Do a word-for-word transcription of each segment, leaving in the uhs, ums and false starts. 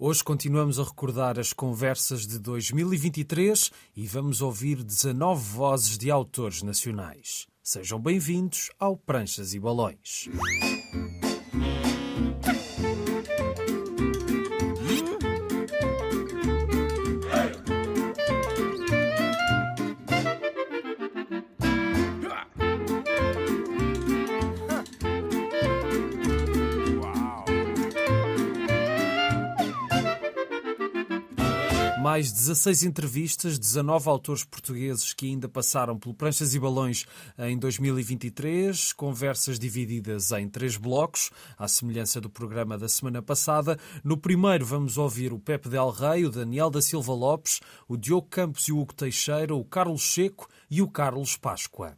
Hoje continuamos a recordar as conversas de dois mil e vinte e três e vamos ouvir dezanove vozes de autores nacionais. Sejam bem-vindos ao Pranchas e Balões. Mais dezasseis entrevistas, dezanove autores portugueses que ainda passaram pelo Pranchas e Balões em dois mil e vinte e três, conversas divididas em três blocos, à semelhança do programa da semana passada. No primeiro vamos ouvir o Pepe Del Rey, o Daniel da Silva Lopes, o Diogo Campos e o Hugo Teixeira, o Carlos Seco e o Carlos Páscoa.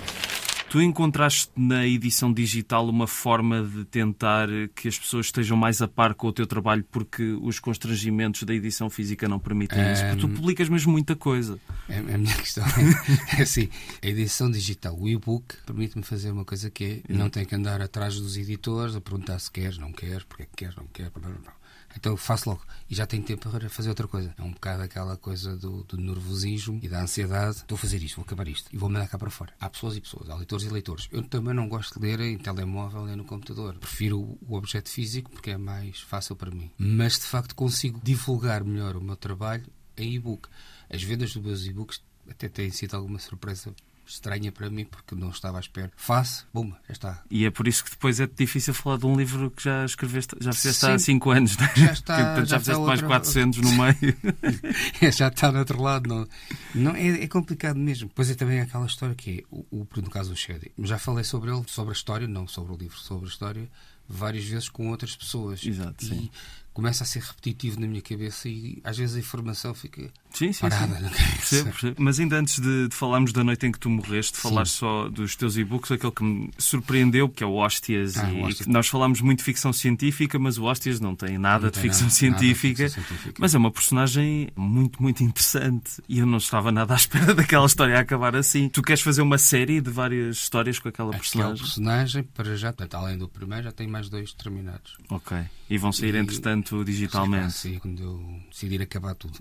Tu encontraste na edição digital uma forma de tentar que as pessoas estejam mais a par com o teu trabalho porque os constrangimentos da edição física não permitem um... isso? Porque tu publicas mesmo muita coisa. A, a minha questão é, é assim, a edição digital, o e-book, permite-me fazer uma coisa que é, não tenho que andar atrás dos editores a perguntar se queres, não queres, porque é que queres, não queres, blá, blá, blá. Então eu faço logo e já tenho tempo para fazer outra coisa. É um bocado aquela coisa do, do nervosismo e da ansiedade. Estou a fazer isto, vou acabar isto e vou mandar cá para fora. Há pessoas e pessoas, há leitores e leitores. Eu também não gosto de ler em telemóvel nem no computador. Prefiro o, o objeto físico porque é mais fácil para mim. Mas de facto consigo divulgar melhor o meu trabalho em e-book. As vendas dos meus e-books até têm sido alguma surpresa estranha para mim, porque não estava à espera. Faço, bum, já está. E é por isso que depois é difícil falar de um livro que já escreveste, já fizeste há cinco anos, não é? Já está. Portanto, já, já fizeste mais quatrocentos no meio. É, já está no outro lado. Não, não, é, é complicado mesmo. Pois é também aquela história que é, o, o, no caso do Shady. Já falei sobre ele, sobre a história, não sobre o livro, sobre a história, várias vezes com outras pessoas. Exato, e sim. Começa a ser repetitivo na minha cabeça e às vezes a informação fica sim, sim, parada sim. na cabeça. Percebo, percebo. Mas ainda antes de, de falarmos da noite em que tu morreste, falar só dos teus e-books, aquele que me surpreendeu, que é o Hóstias. Ah, e, o Hóstias. E nós falámos muito de ficção científica, mas o Hóstias não tem nada, Não de, tem ficção nada, científica, nada de ficção científica. Mas é uma personagem muito, muito interessante. E eu não estava nada à espera daquela história a acabar assim. Tu queres fazer uma série de várias histórias com aquela personagem? Aquela personagem, para já, portanto, além do primeiro, já tem mais dois terminados. Ok. E vão sair, E, entretanto, digitalmente? Sim, quando eu decidir acabar tudo.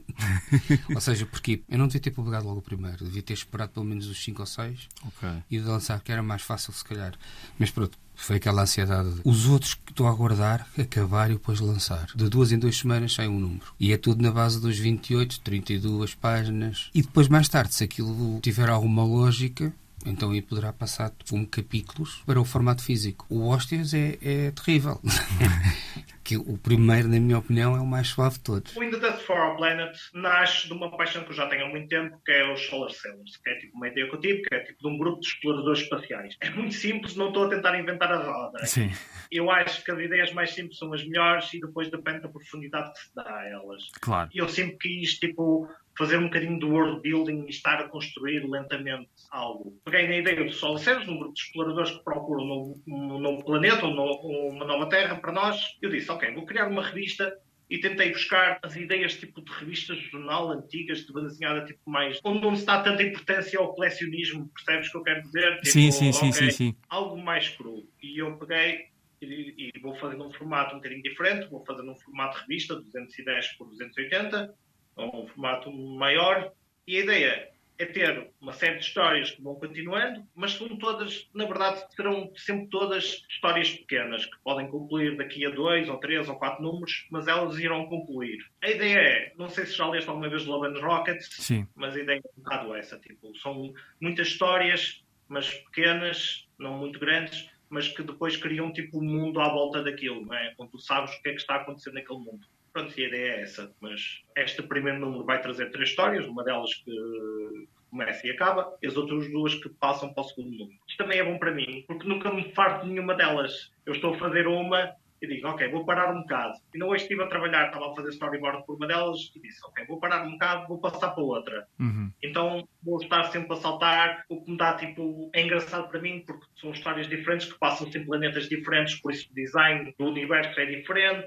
Ou seja, porque eu não devia ter publicado logo o primeiro, devia ter esperado pelo menos os cinco ou seis okay. e de lançar, que era mais fácil se calhar. Mas pronto, foi aquela ansiedade. Os outros que estou a aguardar, acabar e depois lançar. De duas em duas semanas sai um número. E é tudo na base dos vinte e oito, trinta e duas páginas. E depois mais tarde, se aquilo tiver alguma lógica, então aí poderá passar como capítulos para o formato físico. O Hóstias é, é terrível. Que o primeiro, na minha opinião, é o mais suave de todos. O In the Death for Our Planet nasce de uma paixão que eu já tenho há muito tempo, que é os Solar Sailors, que é tipo uma ideia que eu tive, que é tipo de um grupo de exploradores espaciais. É muito simples, não estou a tentar inventar a roda. Sim. Eu acho que as ideias mais simples são as melhores e depois depende da profundidade que se dá a elas. Claro. E eu sempre quis, tipo, fazer um bocadinho de world building e estar a construir lentamente algo. Peguei na ideia do Solar Sailors, um grupo de exploradores que procuram um novo, um novo planeta, um novo, uma nova terra para nós. Eu disse, ok, vou criar uma revista e tentei buscar as ideias tipo de revistas de jornal antigas, de banda desenhada tipo mais... onde não se dá tanta importância ao colecionismo, percebes o que eu quero dizer? Tipo, sim, sim, sim, okay, sim, sim. algo mais cru. E eu peguei e, e vou fazer num formato um bocadinho diferente, vou fazer num formato revista, duzentos e dez por duzentos e oitenta, um formato maior. E a ideia é ter uma série de histórias que vão continuando, mas são todas, na verdade, serão sempre todas histórias pequenas, que podem concluir daqui a dois, ou três, ou quatro números, mas elas irão concluir. A ideia é, não sei se já leste alguma vez Love and Rockets, Sim. mas a ideia é um bocado essa, tipo, são muitas histórias, mas pequenas, não muito grandes, mas que depois criam tipo um mundo à volta daquilo, não é? Quando tu sabes o que é que está a acontecer naquele mundo. Pronto, e a ideia é essa, mas este primeiro número vai trazer três histórias, uma delas que começa e acaba, e as outras duas que passam para o segundo número. Isto também é bom para mim, porque nunca me farto de nenhuma delas. Eu estou a fazer uma e digo, ok, vou parar um bocado. E não hoje estive a trabalhar, estava a fazer storyboard por uma delas e disse, ok, vou parar um bocado, vou passar para outra. Uhum. Então vou estar sempre a saltar, o que me dá, tipo, é engraçado para mim, porque são histórias diferentes que passam-se em planetas diferentes, por isso o design do universo é diferente,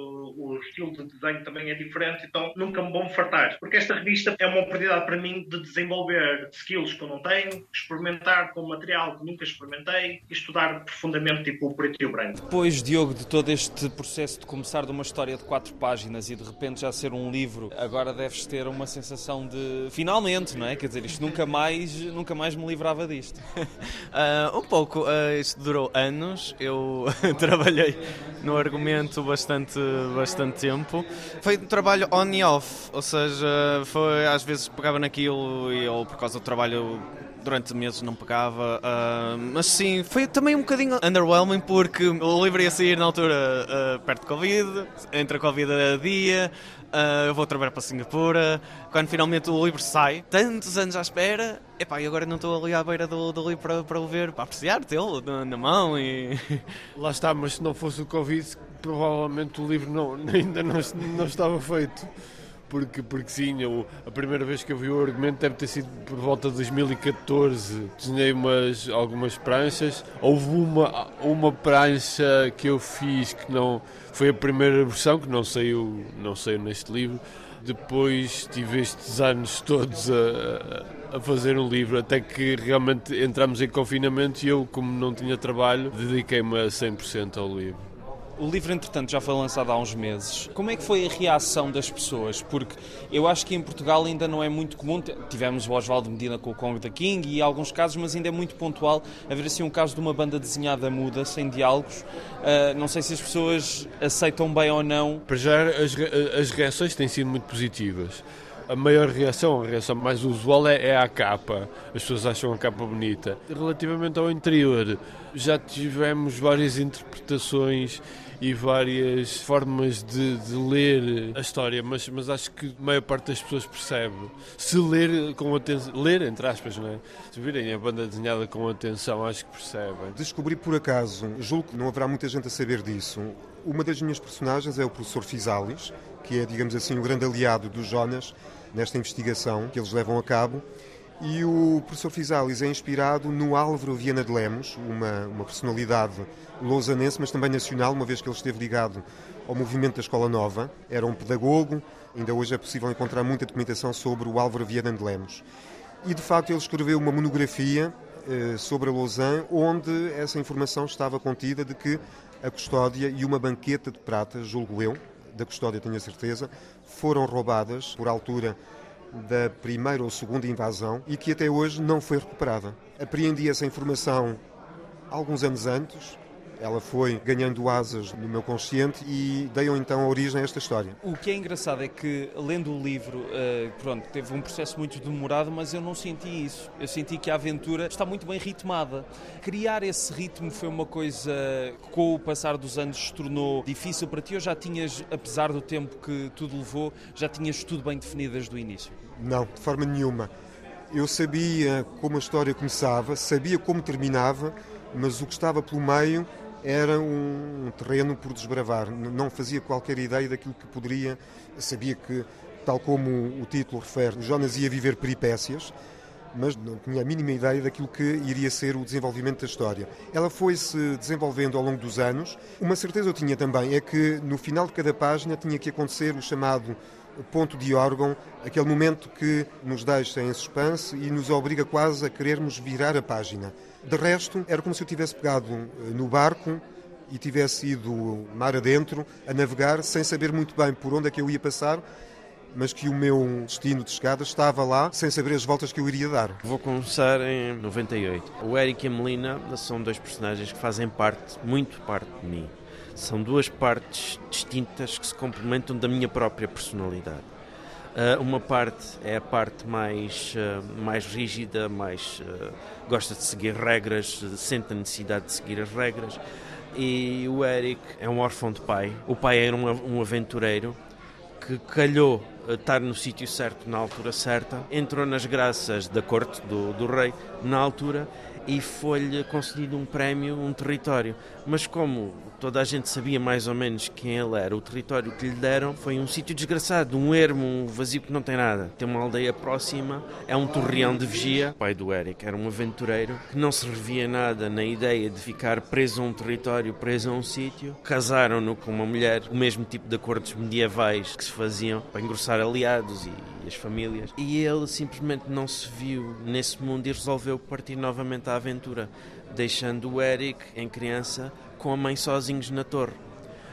o estilo de desenho também é diferente, então nunca me vou fartar. Porque esta revista é uma oportunidade para mim de desenvolver skills que eu não tenho, experimentar com material que nunca experimentei e estudar profundamente, tipo, o preto e o branco. Depois, Diogo, de todas todo este processo de começar de uma história de quatro páginas e de repente já ser um livro, agora deves ter uma sensação de finalmente, não é? Quer dizer, isto nunca mais, nunca mais me livrava disto. Uh, um pouco, uh, isto durou anos, eu trabalhei no argumento bastante, bastante tempo. Foi um trabalho on e off, ou seja, foi, às vezes pegava naquilo e eu, por causa do trabalho, durante meses não pegava, uh, mas sim, foi também um bocadinho underwhelming porque o livro ia sair na altura uh, perto de Covid, entre a Covid a dia, uh, eu vou trabalhar para Singapura, quando finalmente o livro sai, tantos anos à espera, epá, e agora não estou ali à beira do, do livro para, para o ver, para apreciar, tê-lo na, na mão e... Lá está, mas se não fosse o Covid, provavelmente o livro não, ainda não, não estava feito. Porque, porque sim, eu, a primeira vez que eu vi o argumento deve ter sido por volta de dois mil e catorze. Desenhei umas, algumas pranchas. Houve uma, uma prancha que eu fiz que não foi a primeira versão, que não saiu, não saiu neste livro. Depois tive estes anos todos a, a fazer um livro, até que realmente entramos em confinamento e eu, como não tinha trabalho, dediquei-me a cem por cento ao livro. O livro, entretanto, já foi lançado há uns meses. Como é que foi a reação das pessoas? Porque eu acho que em Portugal ainda não é muito comum. Tivemos o Osvaldo Medina com o Kong da King e alguns casos, mas ainda é muito pontual haver assim um caso de uma banda desenhada muda, sem diálogos. Uh, não sei se as pessoas aceitam bem ou não. Para já, as, as reações têm sido muito positivas. A maior reação, a reação mais usual é, é à capa. As pessoas acham a capa bonita. Relativamente ao interior, já tivemos várias interpretações e várias formas de, de ler a história, mas, mas acho que a maior parte das pessoas percebe. Se ler com atenção, ler entre aspas, não é? Se virem a banda desenhada com atenção, acho que percebem. Descobri por acaso, julgo que não haverá muita gente a saber disso, uma das minhas personagens é o professor Fisalis, que é, digamos assim, o grande aliado dos Jonas nesta investigação que eles levam a cabo. E o professor Fisalis é inspirado no Álvaro Viana de Lemos, uma, uma personalidade lausanense, mas também nacional, uma vez que ele esteve ligado ao movimento da Escola Nova. Era um pedagogo, ainda hoje é possível encontrar muita documentação sobre o Álvaro Viana de Lemos. E, de facto, ele escreveu uma monografia eh, sobre a Lausanne, onde essa informação estava contida de que a custódia e uma banqueta de prata, julgo eu, da custódia tenho a certeza, foram roubadas por altura da primeira ou segunda invasão e que até hoje não foi recuperada. Apreendi essa informação alguns anos antes, ela foi ganhando asas no meu consciente e deu então a origem a esta história. O que é engraçado é que, lendo o livro, uh, pronto, teve um processo muito demorado, mas eu não senti isso. Eu senti que a aventura está muito bem ritmada. Criar esse ritmo foi uma coisa que, com o passar dos anos, se tornou difícil para ti, ou já tinhas, apesar do tempo que tudo levou, já tinhas tudo bem definido desde o início? Não, de forma nenhuma. Eu sabia como a história começava, sabia como terminava, mas o que estava pelo meio era um terreno por desbravar. Não fazia qualquer ideia daquilo que poderia. Sabia que, tal como o título refere, Jonas ia viver peripécias, mas não tinha a mínima ideia daquilo que iria ser o desenvolvimento da história. Ela foi-se desenvolvendo ao longo dos anos. Uma certeza eu tinha também é que no final de cada página tinha que acontecer o chamado ponto de órgão, aquele momento que nos deixa em suspense e nos obriga quase a querermos virar a página. De resto, era como se eu tivesse pegado no barco e tivesse ido mar adentro a navegar sem saber muito bem por onde é que eu ia passar, mas que o meu destino de chegada estava lá sem saber as voltas que eu iria dar. Vou começar em noventa e oito. O Eric e a Melina são dois personagens que fazem parte, muito parte de mim. São duas partes distintas que se complementam da minha própria personalidade. Uh, uma parte é a parte mais, uh, mais rígida, mais uh, gosta de seguir regras, sente a necessidade de seguir as regras. E o Eric é um órfão de pai. O pai era um, um aventureiro que calhou estar no sítio certo na altura certa, entrou nas graças da corte do, do rei na altura e foi-lhe concedido um prémio, um território. Mas como toda a gente sabia mais ou menos quem ele era, o território que lhe deram foi um sítio desgraçado, um ermo, um vazio que não tem nada. Tem uma aldeia próxima, é um torreão de vigia. O pai do Eric era um aventureiro que não se revia nada na ideia de ficar preso a um território, preso a um sítio. Casaram-no com uma mulher, o mesmo tipo de acordos medievais que se faziam para engrossar aliados e as famílias. E ele simplesmente não se viu nesse mundo e resolveu partir novamente à aventura, deixando o Eric, em criança, com a mãe sozinhos na torre.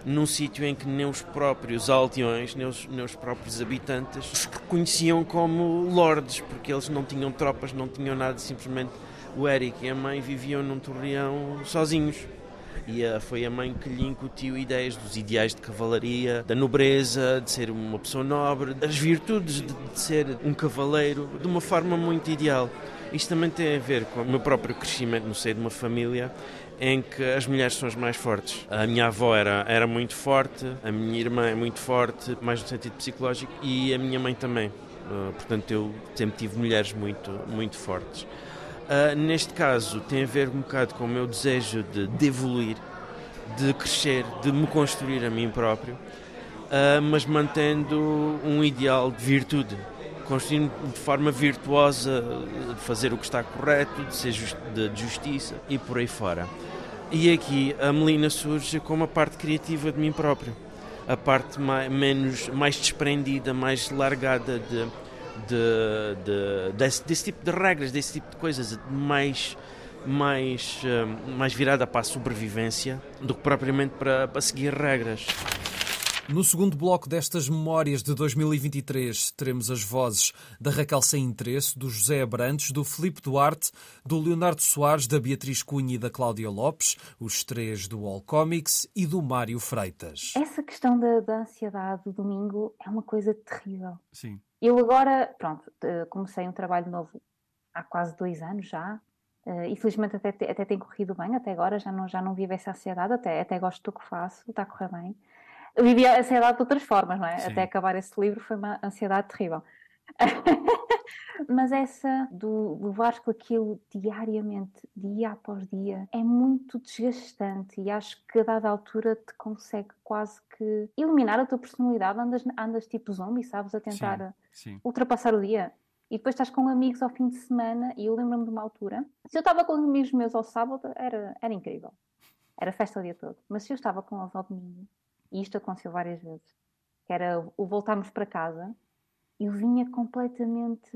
num sítio em que nem os próprios aldeões, nem os, nem os próprios habitantes se reconheciam como lordes, porque eles não tinham tropas, não tinham nada, simplesmente o Eric e a mãe viviam num torreão sozinhos. E uh, foi a mãe que lhe incutiu ideias dos ideais de cavalaria, da nobreza, de ser uma pessoa nobre, das virtudes de, de ser um cavaleiro, de uma forma muito ideal. Isto também tem a ver com o meu próprio crescimento no seio de uma família em que as mulheres são as mais fortes. A minha avó era, era muito forte, a minha irmã é muito forte, mais no sentido psicológico, e a minha mãe também. Uh, portanto, eu sempre tive mulheres muito, muito fortes. Uh, neste caso, tem a ver um bocado com o meu desejo de, de evoluir, de crescer, de me construir a mim próprio, uh, mas mantendo um ideal de virtude, construindo de forma virtuosa, de fazer o que está correto, de ser just, de, de justiça e por aí fora. E aqui a Melina surge como a parte criativa de mim próprio, a parte mais, menos, mais desprendida, mais largada de... De, de, desse, desse tipo de regras, desse tipo de coisas, mais, mais, mais virada para a sobrevivência do que propriamente para, para seguir regras. No segundo bloco destas memórias de dois mil e vinte e três teremos as vozes da Raquel Sem Interesse, do José Abrantes, do Filipe Duarte, do Leonardo Soares, da Beatriz Cunha e da Cláudia Lopes, os três do All Comics e do Mário Freitas. Essa questão da, da ansiedade do domingo é uma coisa terrível. Sim. Eu agora, pronto, comecei um trabalho novo há quase dois anos já, e felizmente até, até tem corrido bem, até agora já não, já não vivo essa ansiedade, até, até gosto do que faço, está a correr bem. Eu vivi a ansiedade de outras formas, não é? Sim. Até acabar esse livro foi uma ansiedade terrível. Mas essa do levar com aquilo diariamente, dia após dia, é muito desgastante e acho que a dada altura te consegue quase que eliminar a tua personalidade, andas, andas tipo zombie, sabes, a tentar sim, sim. ultrapassar o dia. E depois estás com amigos ao fim de semana e eu lembro-me de uma altura, se eu estava com amigos meus ao sábado, era, era incrível. Era festa o dia todo. Mas se eu estava com eles ao domingo, e isto aconteceu várias vezes, que era o voltarmos para casa, eu vinha completamente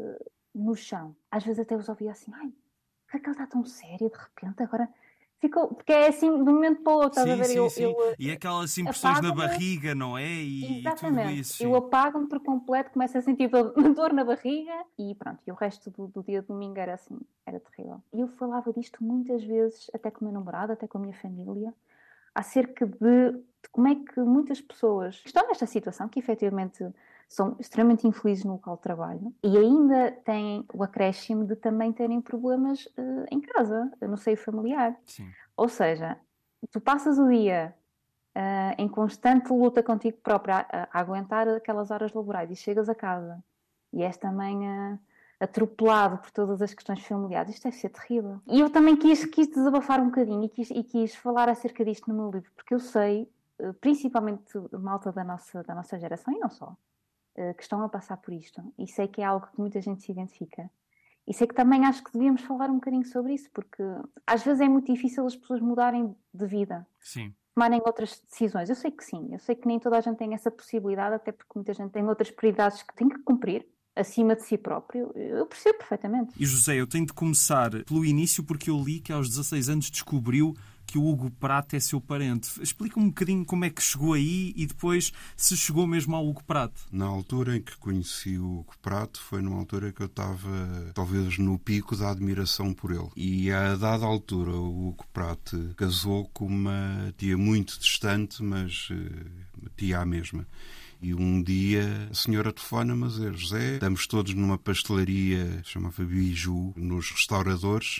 no chão. Às vezes até os ouvia assim, ai, por que ela está tão séria de repente? Agora ficou... Porque é assim, de um momento para o outro, estás a ver? Sim, eu, sim. eu, e aquelas impressões na barriga, não é? E, exatamente. E tudo isso. Sim. Eu apago-me por completo, começo a sentir dor na barriga e pronto. E o resto do, do dia de domingo era assim, era terrível. E eu falava disto muitas vezes, até com o meu namorado, até com a minha família, acerca de, de como é que muitas pessoas estão nesta situação, que efetivamente são extremamente infelizes no local de trabalho e ainda têm o acréscimo de também terem problemas uh, em casa, no seio familiar. Sim. Ou seja, tu passas o dia uh, em constante luta contigo própria a, a aguentar aquelas horas laborais e chegas a casa e és também uh, atropelado por todas as questões familiares. Isto deve ser terrível. E eu também quis, quis desabafar um bocadinho e quis, e quis falar acerca disto no meu livro, porque eu sei, uh, principalmente malta da nossa, da nossa geração e não só, que estão a passar por isto, e sei que é algo que muita gente se identifica, e sei que também acho que devíamos falar um bocadinho sobre isso, porque às vezes é muito difícil as pessoas mudarem de vida, sim, tomarem outras decisões. Eu sei que sim, eu sei que nem toda a gente tem essa possibilidade, até porque muita gente tem outras prioridades que tem que cumprir acima de si próprio. Eu percebo perfeitamente. E José, eu tenho de começar pelo início, porque eu li que aos dezasseis anos descobriu que o Hugo Pratt é seu parente. Explica-me um bocadinho como é que chegou aí e depois se chegou mesmo ao Hugo Pratt. Na altura em que conheci o Hugo Pratt foi numa altura que eu estava talvez no pico da admiração por ele. E a dada altura o Hugo Pratt casou com uma tia muito distante, mas uh, tia à mesma. E um dia a senhora telefona-me a dizer: José, estamos todos numa pastelaria, chamava Biju, nos restauradores,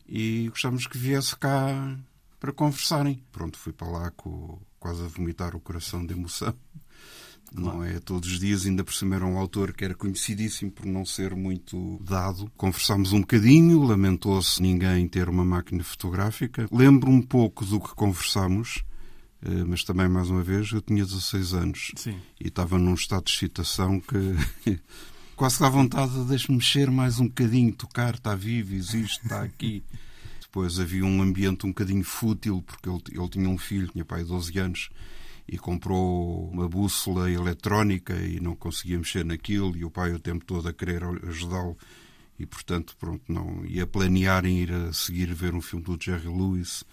e gostamos que viesse cá para conversarem. Pronto, fui para lá com, quase a vomitar o coração de emoção. Claro. Não é todos os dias, ainda por cima era um autor que era conhecidíssimo por não ser muito dado. Conversámos um bocadinho, lamentou-se ninguém ter uma máquina fotográfica. Lembro um pouco do que conversámos, mas também, mais uma vez, eu tinha dezasseis anos. Sim. E estava num estado de excitação que quase que dá vontade de deixar-me mexer mais um bocadinho, tocar, está vivo, existe, está aqui. Depois havia um ambiente um bocadinho fútil, porque ele, ele tinha um filho, tinha pai de doze anos, e comprou uma bússola eletrónica e não conseguia mexer naquilo, e o pai o tempo todo a querer ajudá-lo, e portanto, pronto, não ia planear em ir a seguir ver um filme do Jerry Lewis.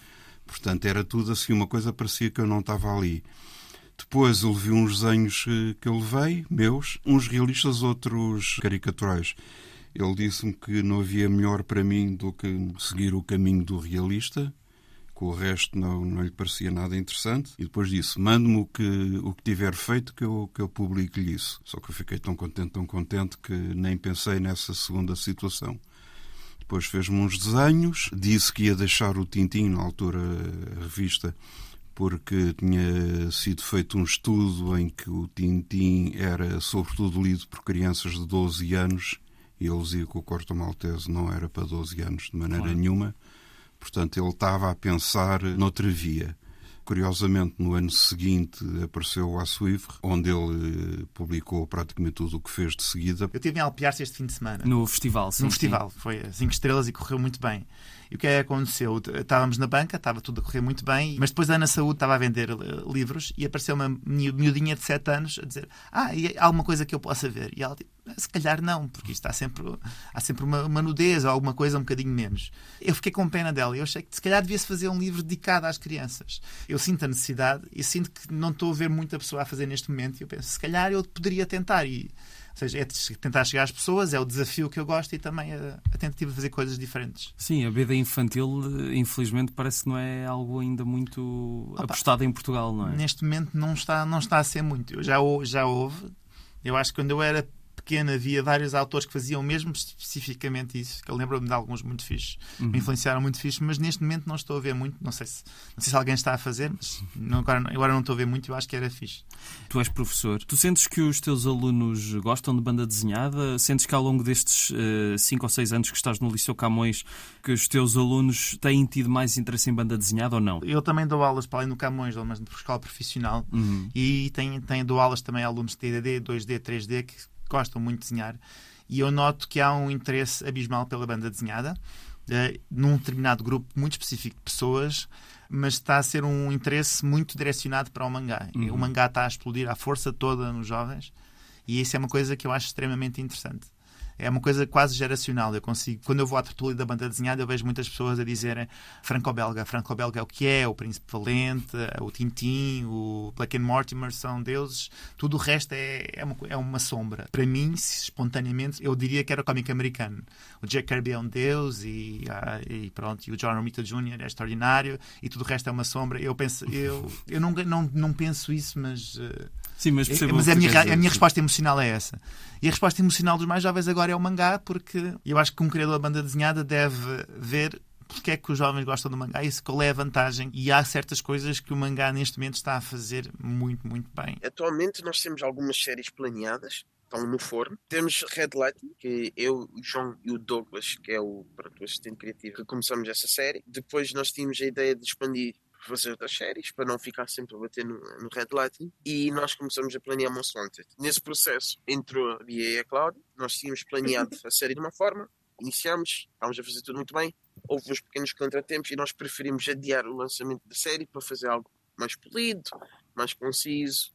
Portanto, era tudo assim, uma coisa parecia que eu não estava ali. Depois eu vi uns desenhos que eu levei, meus, uns realistas, outros caricaturais. Ele disse-me que não havia melhor para mim do que seguir o caminho do realista, que o resto não, não lhe parecia nada interessante. E depois disse, mande-me o que, o que tiver feito que eu, que eu publique-lhe isso. Só que eu fiquei tão contente, tão contente, que nem pensei nessa segunda situação. Depois fez-me uns desenhos, disse que ia deixar o Tintin, na altura a revista, porque tinha sido feito um estudo em que o Tintin era sobretudo lido por crianças de doze anos, e ele dizia que o Corto Maltese não era para doze anos de maneira claro. nenhuma. Portanto, ele estava a pensar noutra via. Curiosamente, no ano seguinte apareceu o Assuivre, onde ele publicou praticamente tudo o que fez de seguida. Eu estive em Alpiarce este fim de semana. No festival, sim. No festival. Sim. Foi cinco estrelas e correu muito bem. E o que é que aconteceu? Estávamos na banca, estava tudo a correr muito bem, mas depois a Ana Saúde estava a vender livros e apareceu uma miudinha de sete anos a dizer ah, e há alguma coisa que eu possa ver? E ela disse, se calhar não, porque isto há sempre, há sempre uma, uma nudez ou alguma coisa um bocadinho menos. Eu fiquei com pena dela e eu achei que se calhar devia-se fazer um livro dedicado às crianças. Eu sinto a necessidade e sinto que não estou a ver muita pessoa a fazer neste momento e eu penso, se calhar eu poderia tentar e... Ou seja, é tentar chegar às pessoas, é o desafio que eu gosto e também a, a tentativa de fazer coisas diferentes. Sim, a B D infantil, infelizmente, parece que não é algo ainda muito Opa, apostado em Portugal, não é? Neste momento não está, não está a ser muito. Eu já, já houve. Eu acho que quando eu era pequena havia vários autores que faziam mesmo especificamente isso, que eu lembro-me de alguns muito fixes, uhum. me influenciaram muito fixes, mas neste momento não estou a ver muito, não sei se, não sei se alguém está a fazer, mas não, agora, agora não estou a ver muito e eu acho que era fixe. Tu és professor, tu sentes que os teus alunos gostam de banda desenhada? Sentes que ao longo destes cinco uh, ou seis anos que estás no Liceu Camões que os teus alunos têm tido mais interesse em banda desenhada ou não? Eu também dou aulas para além do Camões, dou aulas de escola profissional uhum. e tenho, tenho, dou aulas também a alunos de T D D, dois D, três D que gostam muito de desenhar e eu noto que há um interesse abismal pela banda desenhada uh, num determinado grupo muito específico de pessoas, mas está a ser um interesse muito direcionado para o mangá. Uhum. O mangá está a explodir à força toda nos jovens e isso é uma coisa que eu acho extremamente interessante. É uma coisa quase geracional. Eu consigo, quando eu vou à tertúlia da banda desenhada, eu vejo muitas pessoas a dizerem franco-belga. Franco-belga é o que é, o Príncipe Valente, o Tintin, o Black and Mortimer são deuses. Tudo o resto é, é, uma, é uma sombra. Para mim, espontaneamente, eu diria que era o cómic americano. O Jack Kirby é um deus e, ah, e pronto, e o John Romita Júnior é extraordinário e tudo o resto é uma sombra. Eu, penso, eu, eu não, não, não penso isso, mas... Uh, Sim, mas é, mas a minha, a minha resposta emocional é essa. E a resposta emocional dos mais jovens agora é o mangá, porque eu acho que um criador da banda desenhada deve ver porque é que os jovens gostam do mangá e qual é a vantagem. E há certas coisas que o mangá neste momento está a fazer muito, muito bem. Atualmente nós temos algumas séries planeadas, estão no forno. Temos Red Lightning, que eu, o João e o Douglas, que é o, pronto, o assistente criativo, que começamos essa série. Depois nós tínhamos a ideia de expandir, fazer outras séries, para não ficar sempre a bater no, no Red Lightning, e nós começamos a planear Most Wanted. Nesse processo entrou a Bia e a Cláudia, nós tínhamos planeado a série de uma forma, iniciámos, estávamos a fazer tudo muito bem, houve uns pequenos contratempos e nós preferimos adiar o lançamento da série para fazer algo mais polido, mais conciso,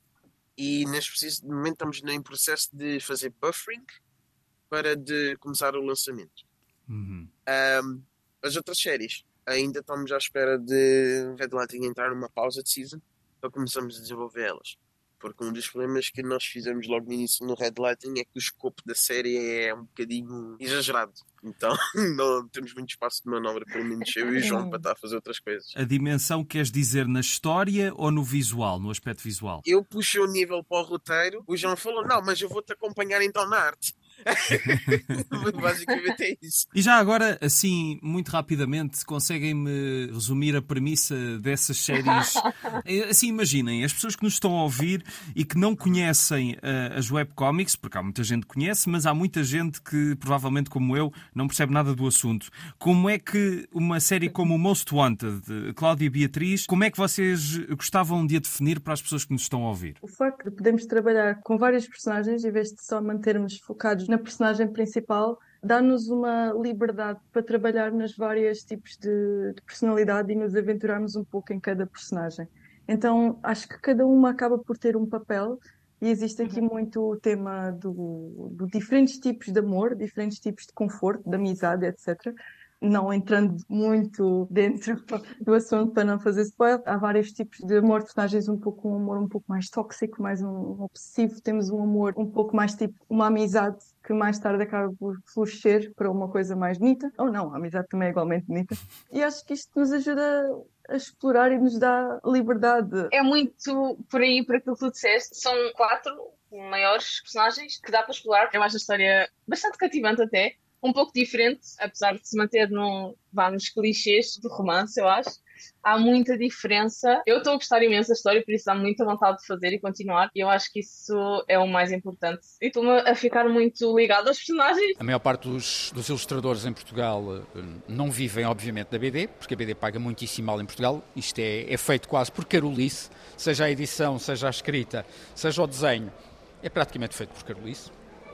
e neste preciso momento estamos em processo de fazer buffering para de começar o lançamento. Uhum. Um, as outras séries ainda estamos à espera de Red Lightning entrar numa pausa de season para começarmos a desenvolver elas. Porque um dos problemas que nós fizemos logo no início no Red Lightning é que o escopo da série é um bocadinho exagerado. Então não temos muito espaço de manobra, pelo menos eu e o João, para estar a fazer outras coisas. A dimensão queres dizer na história ou no visual, no aspecto visual? Eu puxei o nível para o roteiro, o João falou, não, mas eu vou-te acompanhar então na arte. Basicamente é isso. E já agora, assim, muito rapidamente, conseguem-me resumir a premissa dessas séries? Assim, imaginem, as pessoas que nos estão a ouvir e que não conhecem uh, as webcomics, porque há muita gente que conhece, mas há muita gente que, provavelmente como eu, não percebe nada do assunto. Como é que uma série como o Most Wanted, de Cláudia e Beatriz, como é que vocês gostavam de a definir para as pessoas que nos estão a ouvir? O facto de podermos trabalhar com vários personagens, em vez de só mantermos focados na personagem principal, dá-nos uma liberdade para trabalhar nos vários tipos de, de personalidade e nos aventurarmos um pouco em cada personagem. Então, acho que cada uma acaba por ter um papel e existe aqui muito o tema do, do diferentes tipos de amor, diferentes tipos de conforto, de amizade, etcétera. não entrando muito dentro do assunto para não fazer spoiler, há vários tipos de amor, personagens um pouco um amor um pouco mais tóxico, mais um, um obsessivo, temos um amor um pouco mais tipo uma amizade que mais tarde acaba por florescer para uma coisa mais bonita, ou não, a amizade também é igualmente bonita, e acho que isto nos ajuda a explorar e nos dá liberdade. É muito por aí, por aquilo que tu disseste, são quatro maiores personagens que dá para explorar. Eu acho a história bastante cativante até, um pouco diferente, apesar de se manter no, vá, nos clichês do romance, eu acho. Há muita diferença. Eu estou a gostar imenso da história, por isso dá muita vontade de fazer e continuar. E eu acho que isso é o mais importante. E estou-me a ficar muito ligado aos personagens. A maior parte dos, dos ilustradores em Portugal não vivem, obviamente, da B D, porque a B D paga muitíssimo mal em Portugal. Isto é, é feito quase por carolice, seja a edição, seja a escrita, seja o desenho. É praticamente feito por carolice.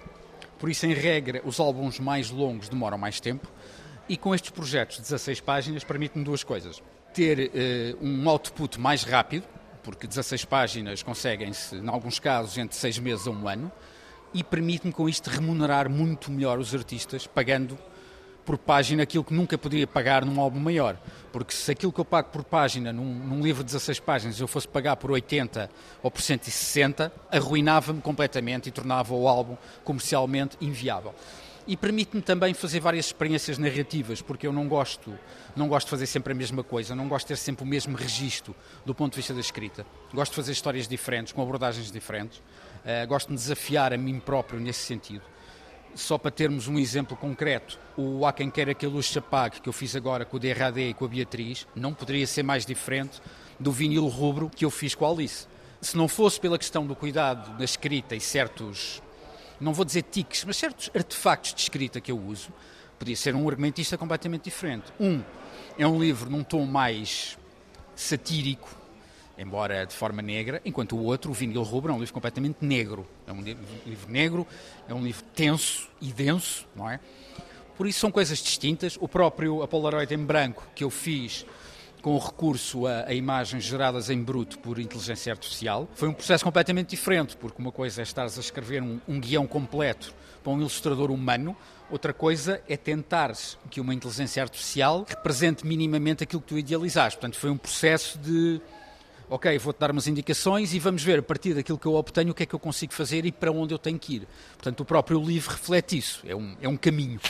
Por isso, em regra, os álbuns mais longos demoram mais tempo. E com estes projetos de dezasseis páginas, permite-me duas coisas. Ter uh, um output mais rápido, porque dezasseis páginas conseguem-se, em alguns casos, entre seis meses a um ano, e permite-me com isto remunerar muito melhor os artistas, pagando por página aquilo que nunca poderia pagar num álbum maior. Porque se aquilo que eu pago por página num, num livro de dezasseis páginas eu fosse pagar por oitenta ou por cento e sessenta, arruinava-me completamente e tornava o álbum comercialmente inviável. E permite-me também fazer várias experiências narrativas, porque eu não gosto, não gosto de fazer sempre a mesma coisa, não gosto de ter sempre o mesmo registro do ponto de vista da escrita. Gosto de fazer histórias diferentes, com abordagens diferentes. Uh, gosto de me desafiar a mim próprio nesse sentido. Só para termos um exemplo concreto, o Há Quem Queira Que a Luz Se Apague, que eu fiz agora com o D R A D e com a Beatriz, não poderia ser mais diferente do vinil rubro que eu fiz com a Alice. Se não fosse pela questão do cuidado na escrita e certos, não vou dizer tiques, mas certos artefactos de escrita que eu uso, podia ser um argumentista completamente diferente. Um, é um livro num tom mais satírico, embora de forma negra, enquanto o outro, o Vinil Rubro, é um livro completamente negro. É um livro negro, é um livro tenso e denso, não é? Por isso são coisas distintas. O próprio A Polaroid em branco, que eu fiz com o recurso a, a imagens geradas em bruto por inteligência artificial, foi um processo completamente diferente, porque uma coisa é estares a escrever um, um guião completo para um ilustrador humano, outra coisa é tentares que uma inteligência artificial represente minimamente aquilo que tu idealizaste. Portanto, foi um processo de... ok, vou-te dar umas indicações e vamos ver, a partir daquilo que eu obtenho, o que é que eu consigo fazer e para onde eu tenho que ir. Portanto, o próprio livro reflete isso, é um, é um caminho.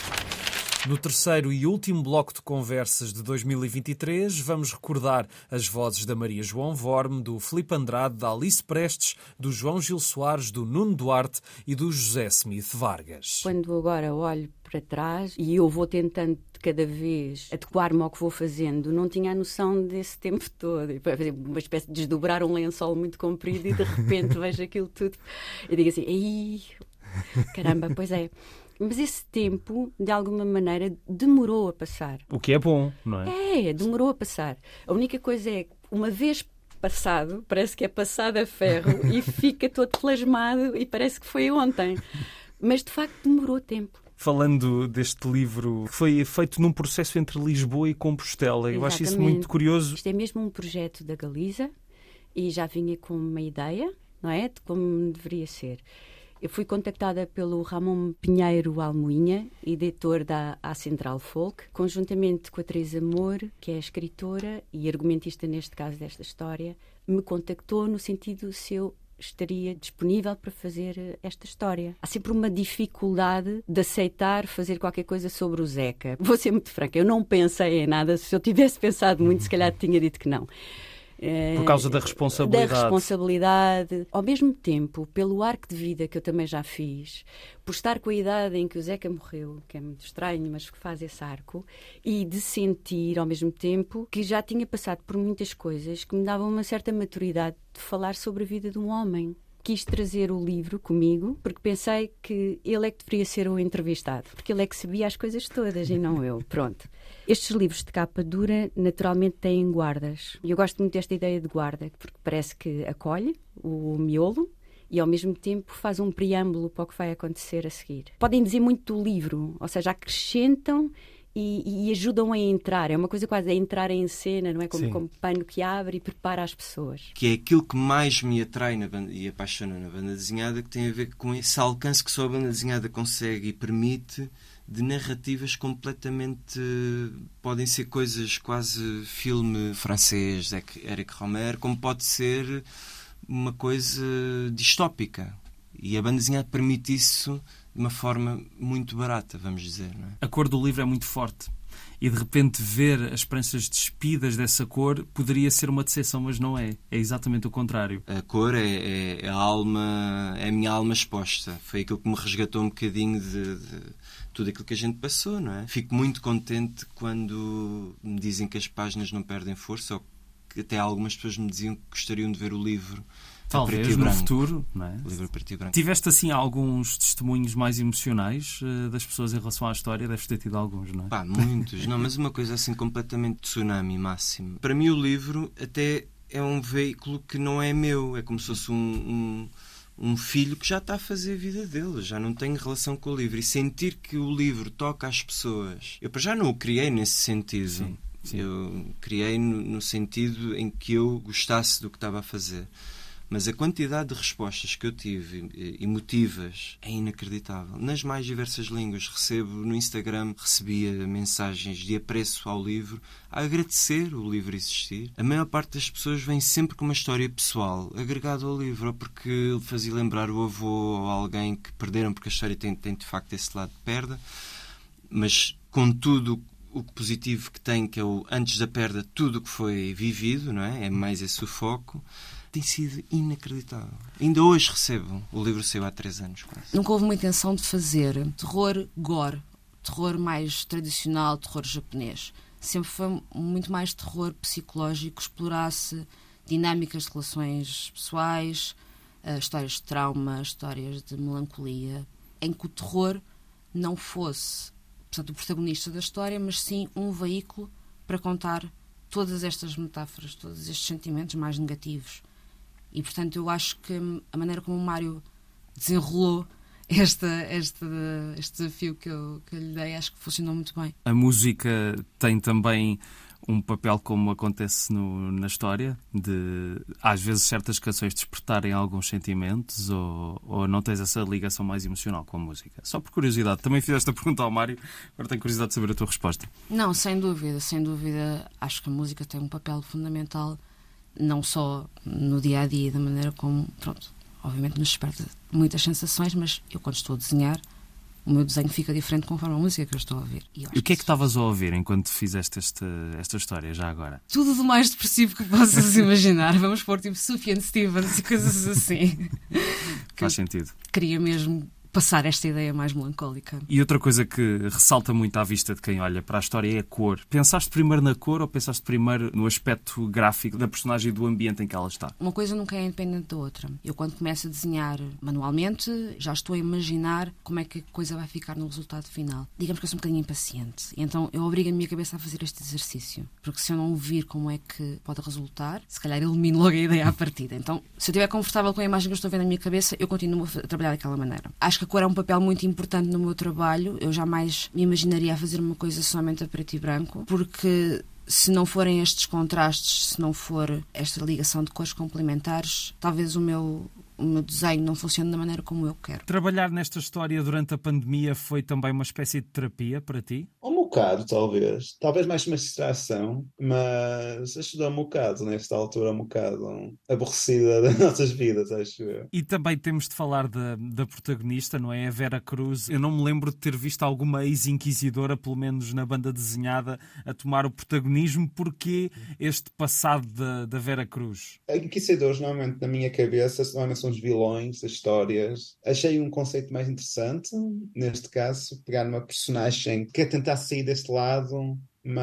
No terceiro e último bloco de conversas de dois mil e vinte e três, vamos recordar as vozes da Maria João Vorme, do Filipe Andrade, da Alice Prestes, do João Gil Soares, do Nuno Duarte e do José Smith Vargas. Quando agora olho para trás e eu vou tentando cada vez adequar-me ao que vou fazendo, não tinha a noção desse tempo todo. Uma espécie de desdobrar um lençol muito comprido e de repente vejo aquilo tudo e digo assim, ei, caramba, pois é. Mas esse tempo, de alguma maneira, demorou a passar. O que é bom, não é? É, demorou a passar. A única coisa é que, uma vez passado, parece que é passado a ferro e fica todo plasmado e parece que foi ontem. Mas, de facto, demorou tempo. Falando deste livro, que foi feito num processo entre Lisboa e Compostela. Eu Exatamente. Acho isso muito curioso. Isto é mesmo um projeto da Galiza e já vinha com uma ideia, não é? De como deveria ser. Eu fui contactada pelo Ramon Pinheiro Almoinha, editor da A Central Folk, conjuntamente com a Teresa Amor, que é escritora e argumentista neste caso desta história, me contactou no sentido se eu estaria disponível para fazer esta história. Há sempre uma dificuldade de aceitar fazer qualquer coisa sobre o Zeca. Vou ser muito franca, eu não pensei em nada. Se eu tivesse pensado muito, se calhar tinha dito que não. Por causa da responsabilidade. Da responsabilidade. Ao mesmo tempo, pelo arco de vida que eu também já fiz, por estar com a idade em que o Zeca morreu, que é muito estranho, mas que faz esse arco, e de sentir, ao mesmo tempo, que já tinha passado por muitas coisas que me davam uma certa maturidade de falar sobre a vida de um homem. Quis trazer o livro comigo porque pensei que ele é que deveria ser o entrevistado, porque ele é que sabia as coisas todas e não eu. Pronto. Estes livros de capa dura naturalmente têm guardas. E eu gosto muito desta ideia de guarda, porque parece que acolhe o miolo e ao mesmo tempo faz um preâmbulo para o que vai acontecer a seguir. Podem dizer muito do livro, ou seja, acrescentam E, e ajudam a entrar. É uma coisa quase a entrar em cena, não é? Como, como pano que abre e prepara as pessoas. Que é aquilo que mais me atrai na banda, e apaixona na banda desenhada, que tem a ver com esse alcance que só a banda desenhada consegue e permite de narrativas completamente... Podem ser coisas quase filme francês, Éric Rohmer, como pode ser uma coisa distópica. E a banda desenhada permite isso de uma forma muito barata, vamos dizer. Não é? A cor do livro é muito forte. E de repente ver as pranchas despidas dessa cor poderia ser uma decepção, mas não é. É exatamente o contrário. A cor é, é a alma, é a minha alma exposta. Foi aquilo que me resgatou um bocadinho de, de tudo aquilo que a gente passou, não é? Fico muito contente quando me dizem que as páginas não perdem força, ou que até algumas pessoas me diziam que gostariam de ver o livro. Talvez no futuro, não é? Livro preto e branco. Tiveste assim alguns testemunhos mais emocionais uh, das pessoas em relação à história? Deves ter tido alguns, não é? Pá, muitos. Não, mas uma coisa assim completamente tsunami máximo. Para mim o livro até é um veículo que não é meu. É como se fosse um, um, um filho que já está a fazer a vida dele. Já não tenho relação com o livro. E sentir que o livro toca às pessoas. Eu para já não o criei nesse sentido. Sim, sim. Eu criei no, no sentido em que eu gostasse do que estava a fazer. Mas a quantidade de respostas que eu tive, emotivas, é inacreditável. Nas mais diversas línguas. Recebo no Instagram, recebia mensagens de apreço ao livro, a agradecer o livro existir. A maior parte das pessoas vem sempre com uma história pessoal agregada ao livro, ou porque fazia lembrar o avô ou alguém que perderam, porque a história tem, tem de facto esse lado de perda. Mas, contudo, o positivo que tem, que é o antes da perda, tudo o que foi vivido, não é? É mais esse o foco. Tem sido inacreditável. Ainda hoje recebo. O livro saiu há três anos quase. Nunca houve uma intenção de fazer terror gore, terror mais tradicional, terror japonês. Sempre foi muito mais terror psicológico, que explorasse dinâmicas de relações pessoais, uh, histórias de trauma, histórias de melancolia, em que o terror não fosse, portanto, o protagonista da história, mas sim um veículo para contar todas estas metáforas, todos estes sentimentos mais negativos. E, portanto, eu acho que a maneira como o Mário desenrolou este, este, este desafio que eu, que eu lhe dei, acho que funcionou muito bem. A música tem também um papel, como acontece no, na história, de às vezes certas canções despertarem alguns sentimentos, ou, ou não tens essa ligação mais emocional com a música? Só por curiosidade. Também fiz esta pergunta ao Mário, agora tenho curiosidade de saber a tua resposta. Não, sem dúvida, sem dúvida. Acho que a música tem um papel fundamental, não só no dia-a-dia, da maneira como, pronto, obviamente nos desperta muitas sensações, mas eu, quando estou a desenhar, o meu desenho fica diferente conforme a música que eu estou a ouvir. E, e o que é que estavas a ouvir enquanto fizeste esta, esta história, já agora? Tudo do mais depressivo que possas imaginar. Vamos pôr tipo Sufjan Stevens e coisas assim. Faz sentido. Queria mesmo passar esta ideia mais melancólica. E outra coisa que ressalta muito à vista de quem olha para a história é a cor. Pensaste primeiro na cor ou pensaste primeiro no aspecto gráfico da personagem e do ambiente em que ela está? Uma coisa nunca é independente da outra. Eu, quando começo a desenhar manualmente, já estou a imaginar como é que a coisa vai ficar no resultado final. Digamos que eu sou um bocadinho impaciente. E então eu obrigo a minha cabeça a fazer este exercício. Porque se eu não ouvir como é que pode resultar, se calhar elimino logo a ideia à partida. Então, se eu estiver confortável com a imagem que eu estou vendo na minha cabeça, eu continuo a trabalhar daquela maneira. Acho que a cor é um papel muito importante no meu trabalho. Eu jamais me imaginaria a fazer uma coisa somente a preto e branco, porque se não forem estes contrastes, se não for esta ligação de cores complementares, talvez o meu, o meu desenho não funcione da maneira como eu quero. Trabalhar nesta história durante a pandemia foi também uma espécie de terapia para ti? Um bocado, talvez. Talvez mais uma distração, mas ajudou-me um bocado, nesta altura, um bocado aborrecida das nossas vidas, acho eu. E também temos de falar da, da protagonista, não é? A Vera Cruz. Eu não me lembro de ter visto alguma ex-inquisidora, pelo menos na banda desenhada, a tomar o protagonismo. Porquê este passado da, da Vera Cruz? Inquisidores, normalmente, na minha cabeça, normalmente são os vilões, as histórias. Achei um conceito mais interessante, neste caso, pegar uma personagem que quer tentar sair deste lado,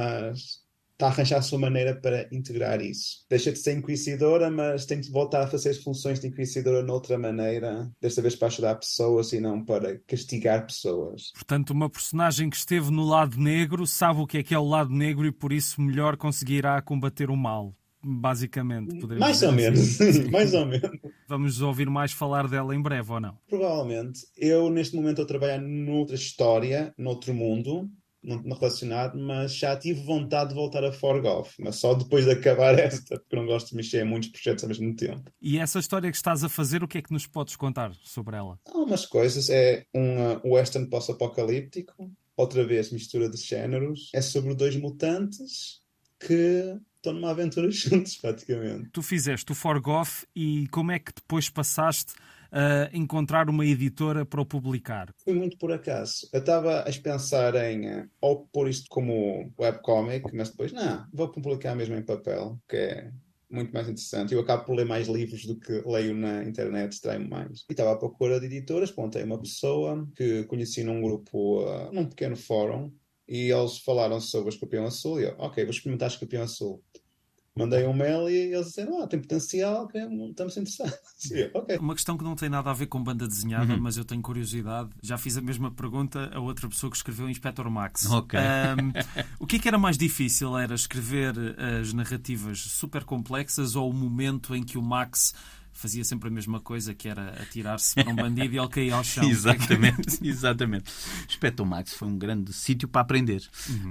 mas está a arranjar a sua maneira para integrar isso. Deixa de ser inquisidora, mas tem de voltar a fazer as funções de inquisidora noutra maneira, desta vez para ajudar pessoas e não para castigar pessoas. Portanto, uma personagem que esteve no lado negro sabe o que é que é o lado negro e por isso melhor conseguirá combater o mal. Basicamente, podemos mais ou menos, sim, mais ou menos. Vamos ouvir mais falar dela em breve, ou não? Provavelmente. Eu, neste momento, estou a trabalhar noutra história, noutro mundo, não relacionado, mas já tive vontade de voltar a Forgoth, mas só depois de acabar esta, porque não gosto de mexer em muitos projetos ao mesmo tempo. E essa história que estás a fazer, o que é que nos podes contar sobre ela? Há umas coisas. É um uh, western pós-apocalíptico, outra vez mistura de géneros. É sobre dois mutantes que estão numa aventura juntos, praticamente. Tu fizeste o Forgoth e como é que depois passaste a encontrar uma editora para o publicar? Foi muito por acaso. Eu estava a pensar em uh, ou pôr isto como webcomic, mas depois, não, vou publicar mesmo em papel, que é muito mais interessante. Eu acabo por ler mais livros do que leio na internet, distraio-me mais. E estava à procura de editoras, apontei uma pessoa que conheci num grupo, uh, num pequeno fórum, e eles falaram sobre o Escorpião Azul, e eu, ok, vou experimentar Escorpião Azul. Mandei um mail e eles disseram, ah, tem potencial, que estamos interessados. Eu, okay. Uma questão que não tem nada a ver com banda desenhada, uhum. mas eu tenho curiosidade. Já fiz a mesma pergunta a outra pessoa que escreveu Inspector Max. Ok. Um, o que é que era mais difícil? Era escrever as narrativas super complexas ou o momento em que o Max fazia sempre a mesma coisa, que era atirar-se para um bandido e ele caía ao chão? Exatamente, exatamente. O Inspector Max foi um grande sítio para aprender. Uhum.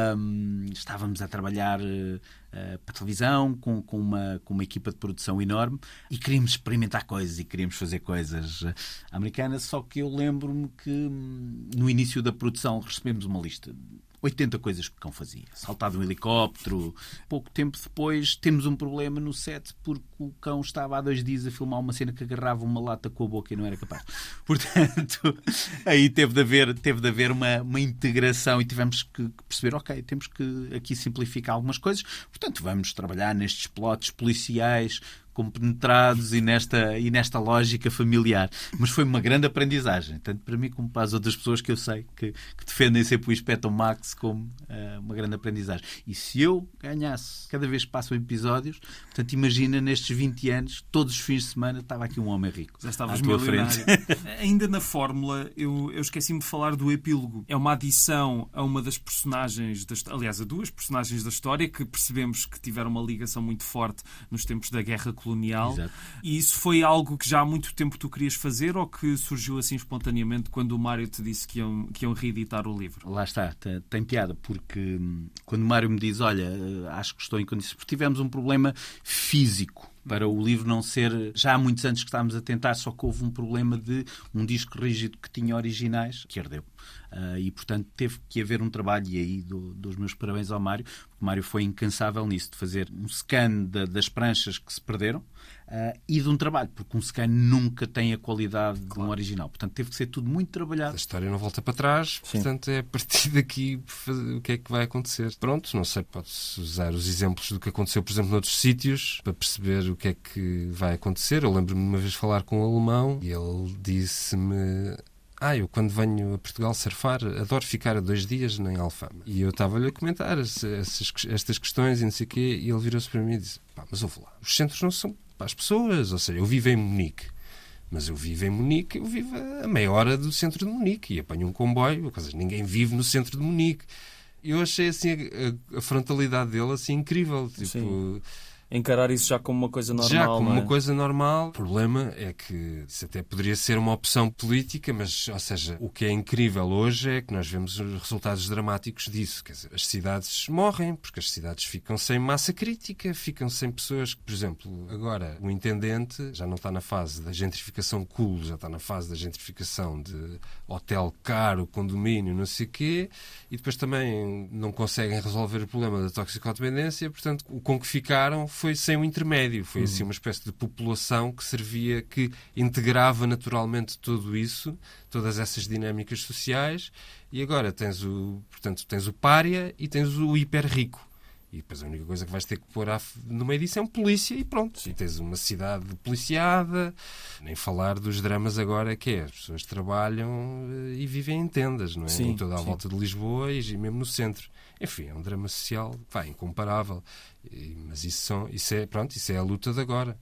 Um, estávamos a trabalhar uh, para televisão com, com, uma, com uma equipa de produção enorme e queríamos experimentar coisas e queríamos fazer coisas uh, americanas, só que eu lembro-me que um, no início da produção recebemos uma lista oitenta coisas que o cão fazia. Saltar de um helicóptero. Pouco tempo depois temos um problema no set porque o cão estava há dois dias a filmar uma cena que agarrava uma lata com a boca e não era capaz. Portanto, aí teve de haver, teve de haver uma, uma integração e tivemos que perceber, ok, temos que aqui simplificar algumas coisas. Portanto, vamos trabalhar nestes plots policiais compenetrados e nesta, e nesta lógica familiar. Mas foi uma grande aprendizagem, tanto para mim como para as outras pessoas que eu sei que, que defendem sempre o Inspector Max como uh, uma grande aprendizagem. E se eu ganhasse cada vez que passam episódios, portanto, imagina nestes vinte anos, todos os fins de semana, estava aqui um homem rico. Já estavas milionário. Ainda na fórmula, eu, eu esqueci-me de falar do epílogo. É uma adição a uma das personagens, das, aliás, a duas personagens da história que percebemos que tiveram uma ligação muito forte nos tempos da Guerra Colonial. Exato. E isso foi algo que já há muito tempo tu querias fazer ou que surgiu assim espontaneamente quando o Mário te disse que iam, que iam reeditar o livro? Lá está, tem piada, porque quando o Mário me diz, olha, acho que estou em condições, porque tivemos um problema físico para o livro não ser... Já há muitos anos que estávamos a tentar, só que houve um problema de um disco rígido que tinha originais que ardeu. Uh, e, portanto, teve que haver um trabalho, e aí dou, dou os meus parabéns ao Mário, porque o Mário foi incansável nisso, de fazer um scan de, das pranchas que se perderam uh, e de um trabalho, porque um scan nunca tem a qualidade claro. de um original. Portanto, teve que ser tudo muito trabalhado. A história não volta para trás, Sim. portanto, é a partir daqui o que é que vai acontecer. Pronto, não sei, pode-se usar os exemplos do que aconteceu, por exemplo, noutros sítios, para perceber o que é que vai acontecer. Eu lembro-me de uma vez falar com um alemão e ele disse-me... Ah, eu quando venho a Portugal surfar, adoro ficar a dois dias em Alfama. E eu estava-lhe a comentar essas, estas questões e não sei o quê, e ele virou-se para mim e disse, pá, mas ouve lá, os centros não são para as pessoas, ou seja, eu vivo em Munique, mas eu vivo em Munique, eu vivo a meia hora do centro de Munique, e apanho um comboio, ou seja, ninguém vive no centro de Munique. Eu achei assim a, a, a frontalidade dele assim incrível, tipo... Sim. Encarar isso já como uma coisa normal. Já como não é? uma coisa normal. O problema é que isso até poderia ser uma opção política, mas, ou seja, o que é incrível hoje é que nós vemos os resultados dramáticos disso. Quer dizer, as cidades morrem, porque as cidades ficam sem massa crítica, ficam sem pessoas que, por exemplo, agora o intendente já não está na fase da gentrificação cool, já está na fase da gentrificação de hotel caro, condomínio, não sei o quê, e depois também não conseguem resolver o problema da toxicodependência, portanto, o com que ficaram foi sem um intermédio, foi assim uma espécie de população que servia, que integrava naturalmente tudo isso, todas essas dinâmicas sociais, e agora tens o, portanto, tens o pária e tens o hiper rico. E depois a única coisa que vais ter que pôr no meio disso é um polícia e pronto. Sim. E tens uma cidade policiada, nem falar dos dramas agora que é, as pessoas trabalham e vivem em tendas, não é? Sim, em toda a sim. volta de Lisboa e mesmo no centro. Enfim, é um drama social, pá, incomparável. E, mas isso, são, isso, é, pronto, isso é a luta de agora.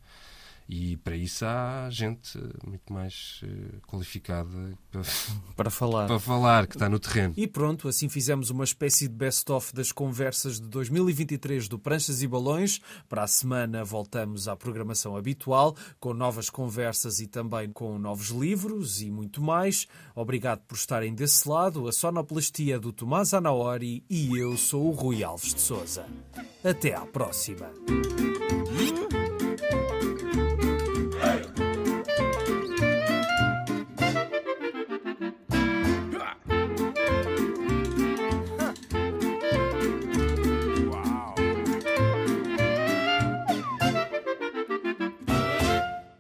E para isso há gente muito mais uh, qualificada para, para falar. para falar, que está no terreno. E pronto, assim fizemos uma espécie de best-of das conversas de dois mil e vinte e três do Pranchas e Balões. Para a semana voltamos à programação habitual, com novas conversas e também com novos livros e muito mais. Obrigado por estarem desse lado. A sonoplastia do Tomás Anaori e eu sou o Rui Alves de Sousa. Até à próxima.